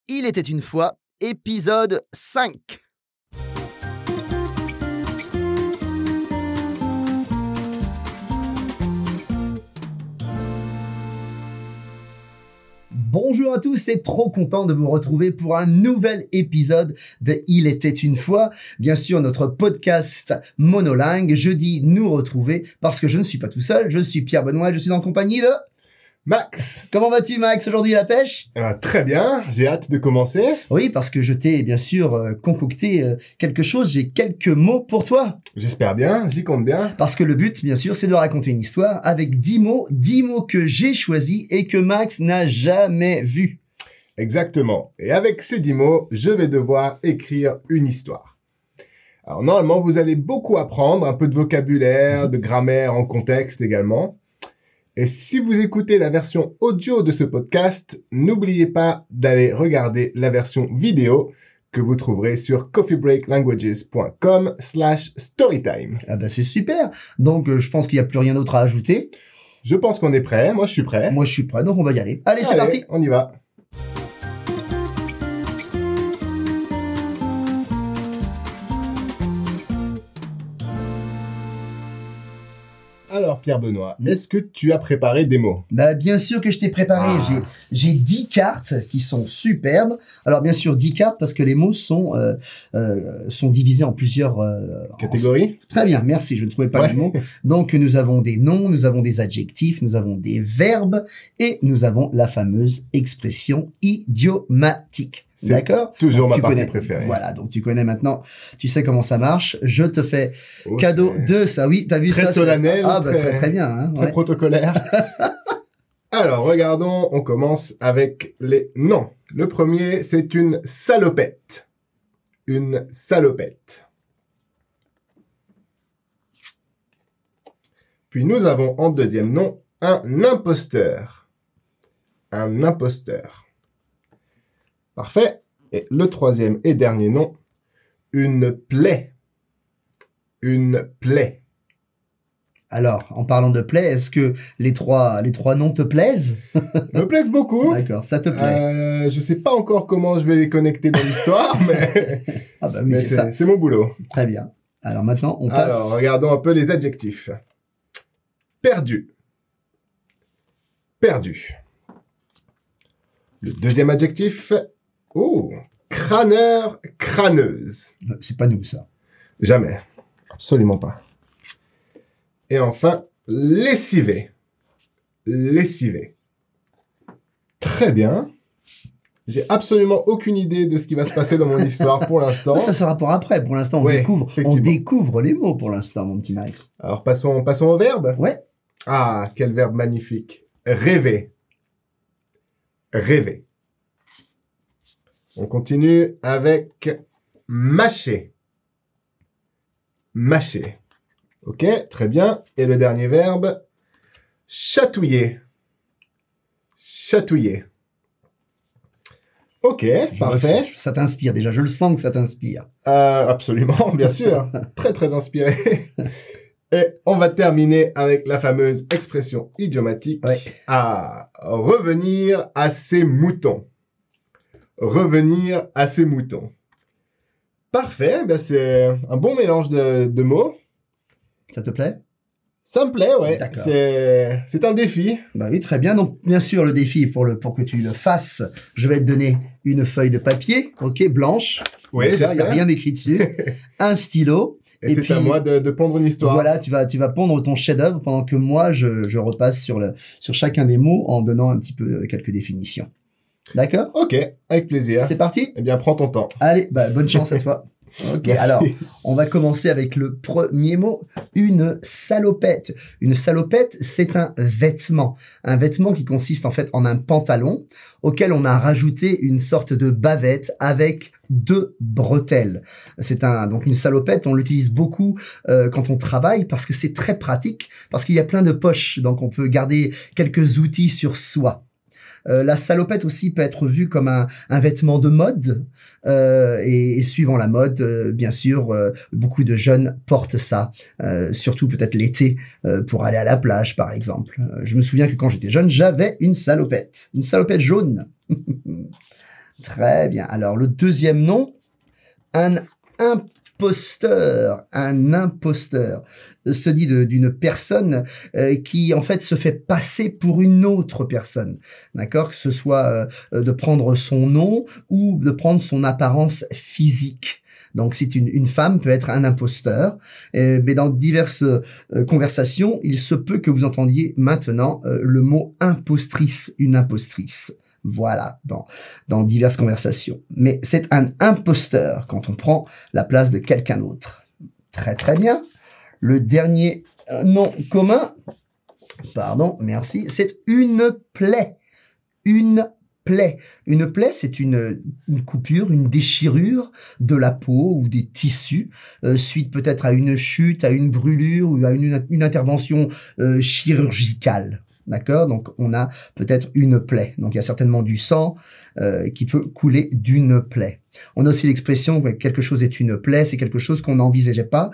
Il était une fois, épisode 5. Bonjour à tous et trop content de vous retrouver pour un nouvel épisode de Il était une fois. Bien sûr, notre podcast monolingue. Je dis nous retrouver parce que je ne suis pas tout seul. Je suis Pierre Benoît, je suis en compagnie de... Max. Comment vas-tu, Max, aujourd'hui à la pêche? Très bien, j'ai hâte de commencer. Oui, parce que je t'ai bien sûr concocté quelque chose. J'ai quelques mots pour toi. J'espère bien, j'y compte bien. Parce que le but, bien sûr, c'est de raconter une histoire avec 10 mots que j'ai choisis et que Max n'a jamais vus. Exactement. Et avec ces 10 mots, je vais devoir écrire une histoire. Alors normalement, vous allez beaucoup apprendre, un peu de vocabulaire, de grammaire en contexte également. Et si vous écoutez la version audio de ce podcast, n'oubliez pas d'aller regarder la version vidéo que vous trouverez sur coffeebreaklanguages.com/storytime. Ah ben c'est super. Donc je pense qu'il n'y a plus rien d'autre à ajouter. Je pense qu'on est prêt. Moi, je suis prêt. Moi, je suis prêt, donc on va y aller. Allez, c'est parti. On y va. Alors, Pierre Benoît, est-ce que tu as préparé des mots? Bah, bien sûr que je t'ai préparé. J'ai 10 cartes qui sont superbes. Alors, bien sûr, 10 cartes parce que les mots sont divisés en plusieurs... catégories? Très bien, merci. Je ne trouvais pas les mots. Donc, nous avons des noms, nous avons des adjectifs, nous avons des verbes et nous avons la fameuse expression idiomatique. D'accord? Toujours ma partie préférée. Voilà, donc tu connais maintenant, tu sais comment ça marche. Je te fais cadeau de ça. Oui, t'as vu ça? Très solennel. Ah, bah, très bien. Hein, très protocolaire. Alors, regardons, on commence avec les noms. Le premier, c'est une salopette. Une salopette. Puis nous avons en deuxième nom un imposteur. Un imposteur. Parfait. Et le troisième et dernier nom, une plaie. Une plaie. Alors, en parlant de plaie, est-ce que les trois noms te plaisent? Me plaisent beaucoup. D'accord, ça te plaît. Je sais pas encore comment je vais les connecter dans l'histoire, mais, ah bah oui, c'est mon boulot. Très bien. Alors maintenant, on passe... Alors, regardons un peu les adjectifs. Perdu. Perdu. Le deuxième adjectif... Oh, crâneur, crâneuse. C'est pas nous, ça. Jamais. Absolument pas. Et enfin, lessivé. Lessivé. Très bien. J'ai absolument aucune idée de ce qui va se passer dans mon histoire pour l'instant. Ça sera pour après. Pour l'instant, on découvre les mots pour l'instant, mon petit Max. Alors, passons au verbe. Ouais. Ah, quel verbe magnifique. Rêver. Rêver. On continue avec mâcher. Mâcher. Ok, très bien. Et le dernier verbe, chatouiller. Chatouiller. Ok, parfait. Ça t'inspire déjà, je le sens que ça t'inspire. Absolument, bien sûr. Très, très inspiré. Et on va terminer avec la fameuse expression idiomatique à revenir à ses moutons. Revenir à ses moutons. Parfait, ben c'est un bon mélange de mots. Ça te plaît? Ça me plaît, ouais. D'accord. C'est un défi. Bah oui, très bien. Donc, bien sûr, le défi pour que tu le fasses, je vais te donner une feuille de papier, ok, blanche. Oui, il n'y a rien d'écrit dessus. Un stylo. Et c'est puis, à moi de pondre une histoire. Voilà, tu vas pondre ton chef-d'œuvre pendant que moi, je repasse sur chacun des mots en donnant un petit peu quelques définitions. D'accord? Ok, avec plaisir. C'est parti? Eh bien, prends ton temps. Allez, bah, bonne chance à toi. Ok, merci. Alors, on va commencer avec le premier mot, une salopette. Une salopette, c'est un vêtement qui consiste en fait en un pantalon auquel on a rajouté une sorte de bavette avec 2 bretelles. Donc une salopette, on l'utilise beaucoup quand on travaille parce que c'est très pratique, parce qu'il y a plein de poches, donc on peut garder quelques outils sur soi. La salopette aussi peut être vue comme un vêtement de mode et suivant la mode, bien sûr, beaucoup de jeunes portent ça, surtout peut-être l'été pour aller à la plage par exemple. Je me souviens que quand j'étais jeune, j'avais une salopette jaune. Très bien. Alors, le deuxième nom, un imposteur. Un imposteur se dit d'une personne qui, en fait, se fait passer pour une autre personne. D'accord? Que ce soit de prendre son nom ou de prendre son apparence physique. Donc, c'est une femme peut être un imposteur. Mais dans diverses conversations, il se peut que vous entendiez maintenant le mot impostrice, une impostrice. Voilà, dans diverses conversations. Mais c'est un imposteur quand on prend la place de quelqu'un d'autre. Très, très bien. Le dernier nom commun, pardon, merci, c'est une plaie. Une plaie. Une plaie, c'est une coupure, une déchirure de la peau ou des tissus, suite peut-être à une chute, à une brûlure ou à une intervention chirurgicale. D'accord? Donc, on a peut-être une plaie. Donc, il y a certainement du sang qui peut couler d'une plaie. On a aussi l'expression que quelque chose est une plaie, c'est quelque chose qu'on n'envisageait pas,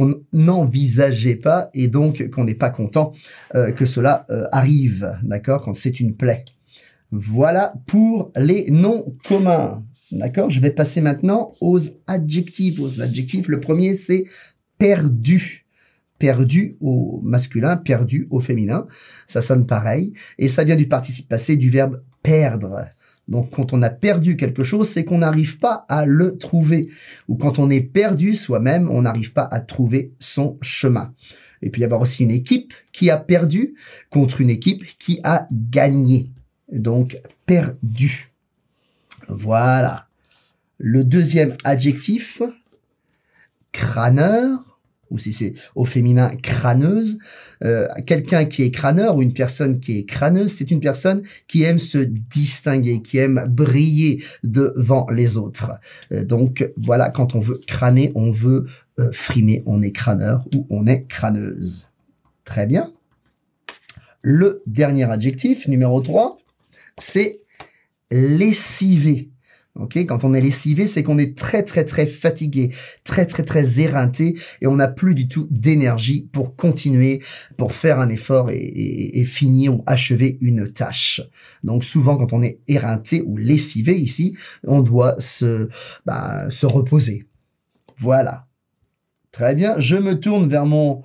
et donc qu'on n'est pas content que cela arrive. D'accord? Quand c'est une plaie. Voilà pour les noms communs. D'accord? Je vais passer maintenant aux adjectifs. Le premier, c'est perdu. Perdu au masculin, perdu au féminin. Ça sonne pareil. Et ça vient du participe passé du verbe perdre. Donc, quand on a perdu quelque chose, c'est qu'on n'arrive pas à le trouver. Ou quand on est perdu soi-même, on n'arrive pas à trouver son chemin. Et puis, il y a aussi une équipe qui a perdu contre une équipe qui a gagné. Donc, perdu. Voilà. Le deuxième adjectif, crâneur. Ou si c'est au féminin, crâneuse. Quelqu'un qui est crâneur ou une personne qui est crâneuse, c'est une personne qui aime se distinguer, qui aime briller devant les autres. Donc voilà, quand on veut crâner, on veut frimer, on est crâneur ou on est crâneuse. Très bien. Le dernier adjectif, numéro 3, c'est lessiver. Ok, quand on est lessivé, c'est qu'on est très très très fatigué, très très très éreinté et on n'a plus du tout d'énergie pour continuer, pour faire un effort et finir ou achever une tâche. Donc souvent quand on est éreinté ou lessivé ici, on doit se reposer. Voilà. Très bien. Je me tourne vers mon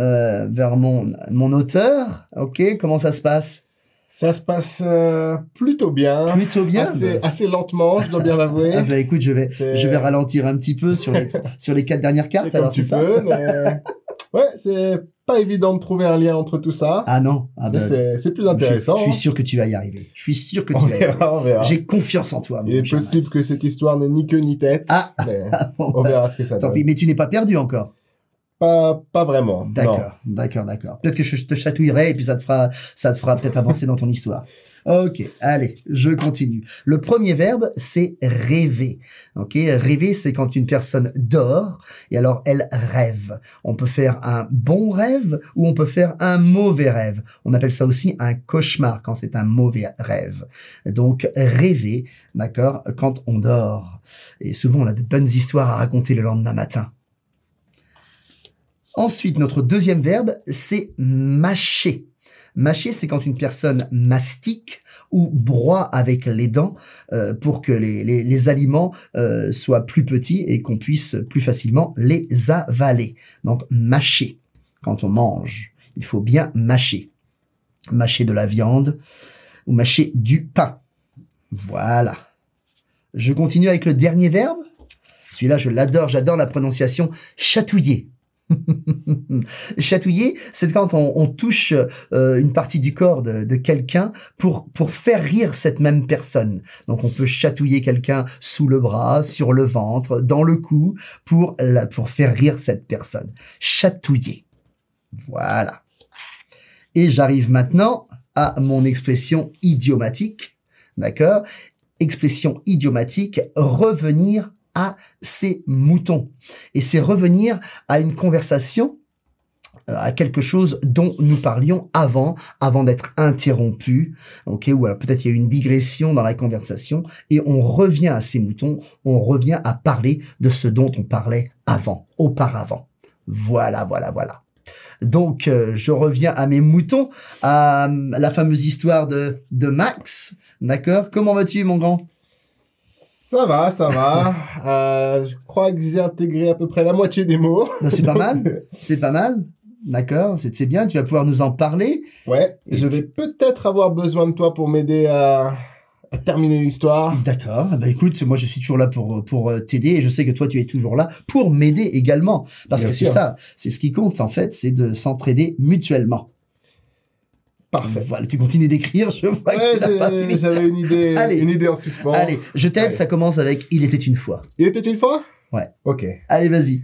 auteur. Ok, comment ça se passe? Ça se passe plutôt bien. Plutôt bien. Assez lentement, je dois bien l'avouer. Ah bah écoute, je vais ralentir un petit peu sur les 4 dernières cartes. Alors c'est ça. Mais ouais, c'est pas évident de trouver un lien entre tout ça. Ah non. Ah bah, c'est plus intéressant. Je suis sûr que tu vas y arriver. On verra. J'ai confiance en toi. Il est possible que cette histoire n'ait ni queue ni tête. Ah. Bon, on verra ce que ça donne. Tant pis, mais tu n'es pas perdu encore. Pas vraiment. D'accord. Peut-être que je te chatouillerai et puis ça te fera peut-être avancer dans ton histoire. Ok, allez, je continue. Le premier verbe, c'est rêver. Ok, rêver, c'est quand une personne dort et alors elle rêve. On peut faire un bon rêve ou on peut faire un mauvais rêve. On appelle ça aussi un cauchemar quand c'est un mauvais rêve. Donc rêver, d'accord, quand on dort. Et souvent on a de bonnes histoires à raconter le lendemain matin. Ensuite, notre deuxième verbe, c'est mâcher. Mâcher, c'est quand une personne mastique ou broie avec les dents pour que les aliments soient plus petits et qu'on puisse plus facilement les avaler. Donc, mâcher. Quand on mange, il faut bien mâcher. Mâcher de la viande ou mâcher du pain. Voilà. Je continue avec le dernier verbe. Celui-là, je l'adore. J'adore la prononciation chatouiller. Chatouiller, c'est quand on touche une partie du corps de quelqu'un pour faire rire cette même personne. Donc on peut chatouiller quelqu'un sous le bras, sur le ventre, dans le cou pour faire rire cette personne. Chatouiller. Voilà. Et j'arrive maintenant à mon expression idiomatique. D'accord? Expression idiomatique, revenir à ses moutons. Et c'est revenir à une conversation, à quelque chose dont nous parlions avant d'être interrompu, ok, ou alors peut-être il y a une digression dans la conversation et on revient à ses moutons, on revient à parler de ce dont on parlait auparavant. Voilà. Donc, je reviens à mes moutons, à la fameuse histoire de Max, d'accord? Comment vas-tu, mon grand? Ça va, ça va. Je crois que j'ai intégré à peu près la moitié des mots. Ben, c'est pas mal, c'est pas mal. D'accord, c'est bien, tu vas pouvoir nous en parler. Ouais, Et je vais peut-être avoir besoin de toi pour m'aider à terminer l'histoire. D'accord, bah écoute, moi je suis toujours là pour t'aider et je sais que toi tu es toujours là pour m'aider également. Parce Bien que c'est sûr. ça, c'est ce qui compte en fait, c'est de s'entraider mutuellement. Parfait. Voilà, tu continues d'écrire, je vois que tu n'as pas fini. J'avais Allez. une idée en suspens. Allez, je t'aide, Allez. ça commence avec « Il était une fois Il était une fois? Ouais. Ok. ». Allez, vas-y.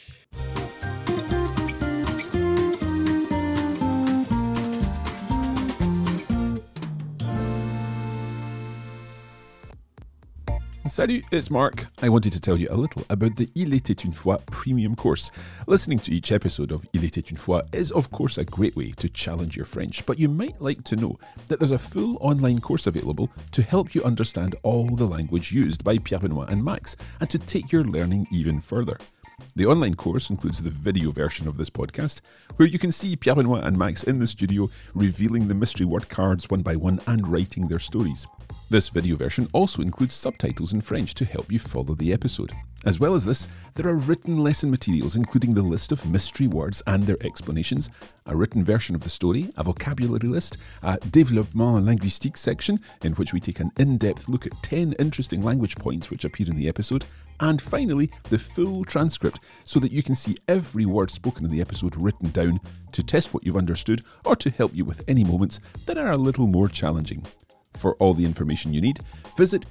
Salut, it's Mark. I wanted to tell you a little about the Il était une fois premium course. Listening to each episode of Il était une fois is, of course, a great way to challenge your French, but you might like to know that there's a full online course available to help you understand all the language used by Pierre Benoit and Max and to take your learning even further. The online course includes the video version of this podcast, where you can see Pierre Benoit and Max in the studio revealing the mystery word cards one by one and writing their stories. This video version also includes subtitles in French to help you follow the episode. As well as this, there are written lesson materials including the list of mystery words and their explanations, a written version of the story, a vocabulary list, a développement linguistique section in which we take an in-depth look at 10 interesting language points which appear in the episode, and finally, the full transcript so that you can see every word spoken in the episode written down to test what you've understood or to help you with any moments that are a little more challenging. For all the information you need, visit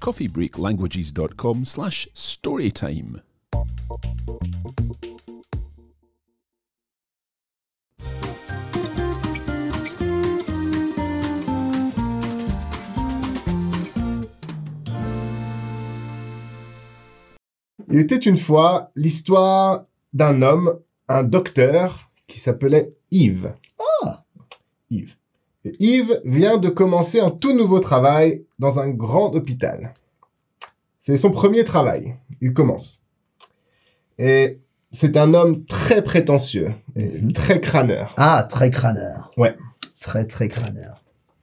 coffeebreaklanguages.com/storytime. Il était une fois l'histoire d'un homme, un docteur, qui s'appelait Yves. Ah. Yves. Et Yves vient de commencer un tout nouveau travail dans un grand hôpital. C'est son premier travail. Il commence. Et c'est un homme très prétentieux, et très crâneur. Ah, très crâneur. Ouais. Très, très crâneur.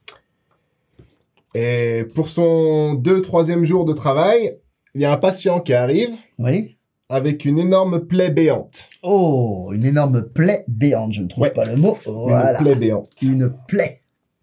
Et pour son 2-3e jour de travail, il y a un patient qui arrive Oui. avec une énorme plaie béante. Oh, une énorme plaie béante, je ne trouve Ouais. pas le mot. Voilà. Une plaie béante. Une plaie.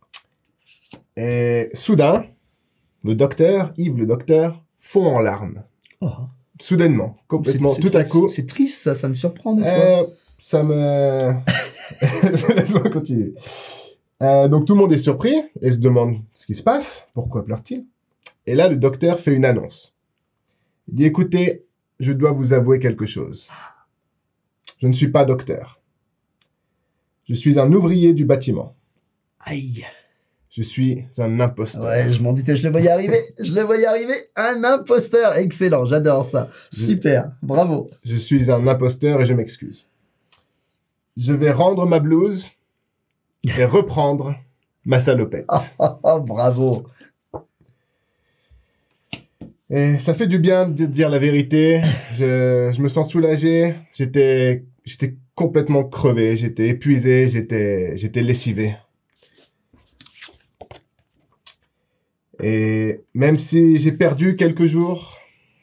Et soudain, le docteur, Yves le docteur, fond en larmes. Oh. Soudainement, complètement, C'est- tout à coup. C'est triste, ça me surprend de toi. Ça me... Laisse-moi continuer. Donc tout le monde est surpris et se demande ce qui se passe, pourquoi pleure-t-il. Et là, le docteur fait une annonce. Il dit, écoutez, je dois vous avouer quelque chose. Je ne suis pas docteur. Je suis un ouvrier du bâtiment. Aïe. Je suis un imposteur. Ouais, je m'en doutais, je le voyais arriver. Je le voyais arriver. Un imposteur. Excellent, j'adore ça. Super, bravo. Je suis un imposteur et je m'excuse. Je vais rendre ma blouse et reprendre ma salopette. Oh, bravo. Et ça fait du bien de dire la vérité. Je me sens soulagé. J'étais complètement crevé. J'étais épuisé. J'étais lessivé. Et même si j'ai perdu quelques jours,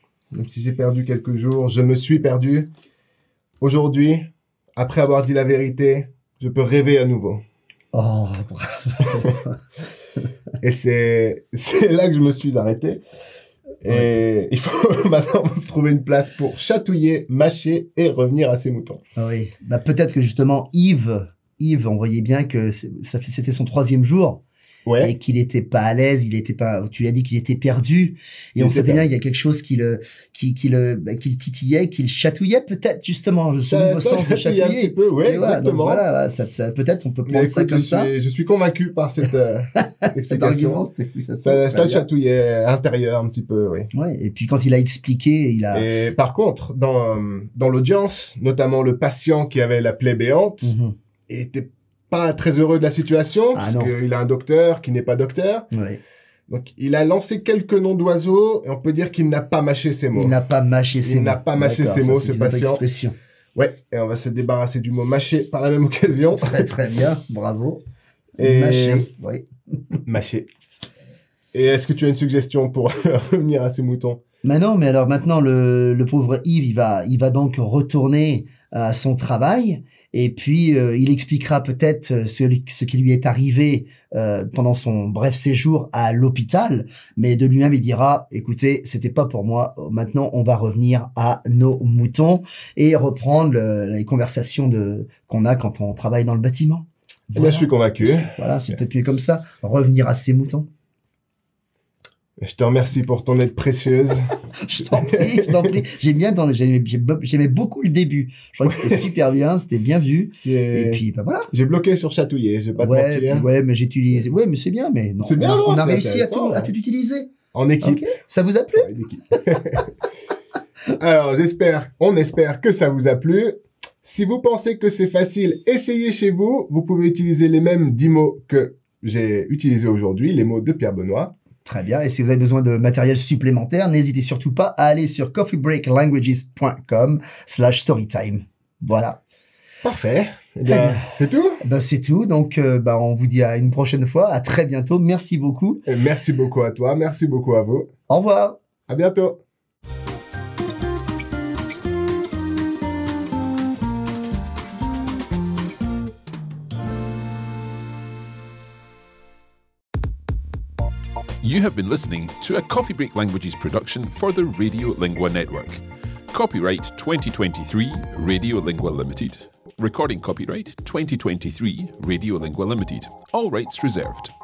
je me suis perdu. Aujourd'hui, après avoir dit la vérité, je peux rêver à nouveau. Oh, bravo. Et c'est là que je me suis arrêté. Et il faut maintenant trouver une place pour chatouiller, mâcher et revenir à ses moutons. Ah oui. Bah, peut-être que justement, Yves, on voyait bien que c'était son 3e jour. Ouais. Et qu'il était pas à l'aise, tu lui as dit qu'il était perdu. Et Il on était savait bien, perdu. il y a quelque chose qui le titillait, qui le chatouillait, peut-être, justement, ce nouveau sens de chatouille un petit chatouiller. peu, ouais, Tu vois, donc exactement. voilà, ça, peut-être on peut Mais prendre ça écoute, comme ça. je suis convaincu par cette Cet explication. argument, ça Ça très bien. chatouillait à l'intérieur un petit peu, oui. Ouais, et puis quand il a expliqué, Et par contre, dans l'audience, notamment le patient qui avait la plaie béante, Mhm. était pas très heureux de la situation, Ah, parce non. qu'il a un docteur qui n'est pas docteur. Ouais. Donc, il a lancé quelques noms d'oiseaux, et on peut dire qu'il n'a pas mâché ses mots. Il n'a pas mâché ses mots. Il n'a pas mâché D'accord, ses ça, mots, c'est ce une autre patient. expression. Ouais, et on va se débarrasser du mot mâché par la même occasion. Très très bien, bravo. Et- Mâché, oui. Mâché. Et est-ce que tu as une suggestion pour revenir à ces moutons? Mais non, mais alors maintenant, le pauvre Yves, il va donc retourner à son travail. Et puis, il expliquera peut-être ce qui lui est arrivé pendant son bref séjour à l'hôpital. Mais de lui-même, il dira, écoutez, c'était pas pour moi. Maintenant, on va revenir à nos moutons et reprendre les conversations qu'on a quand on travaille dans le bâtiment. Voilà. Eh bien, je suis convaincu. Voilà, c'est peut-être mieux comme ça. Revenir à ses moutons. Je te remercie pour ton aide précieuse. Je t'en prie. J'aimais beaucoup le début. Je crois que c'était super bien, c'était bien vu. Et puis, bah voilà. J'ai bloqué sur chatouiller, je vais pas te mentir. Ouais, mais j'ai utilisé. Ouais, mais c'est bien, mais non. C'est bien, on a réussi à tout utiliser. En équipe. Okay. Ça vous a plu? Alors, on espère que ça vous a plu. Si vous pensez que c'est facile, essayez chez vous. Vous pouvez utiliser les mêmes 10 mots que j'ai utilisés aujourd'hui, les mots de Pierre Benoît. Très bien. Et si vous avez besoin de matériel supplémentaire, n'hésitez surtout pas à aller sur coffeebreaklanguages.com/storytime. Voilà. Parfait. Eh bien, c'est tout? C'est tout. Donc, on vous dit à une prochaine fois. À très bientôt. Merci beaucoup. Et merci beaucoup à toi. Merci beaucoup à vous. Au revoir. À bientôt. You have been listening to a Coffee Break Languages production for the Radiolingua Network. Copyright 2023 Radiolingua Limited. Recording copyright 2023 Radiolingua Limited. All rights reserved.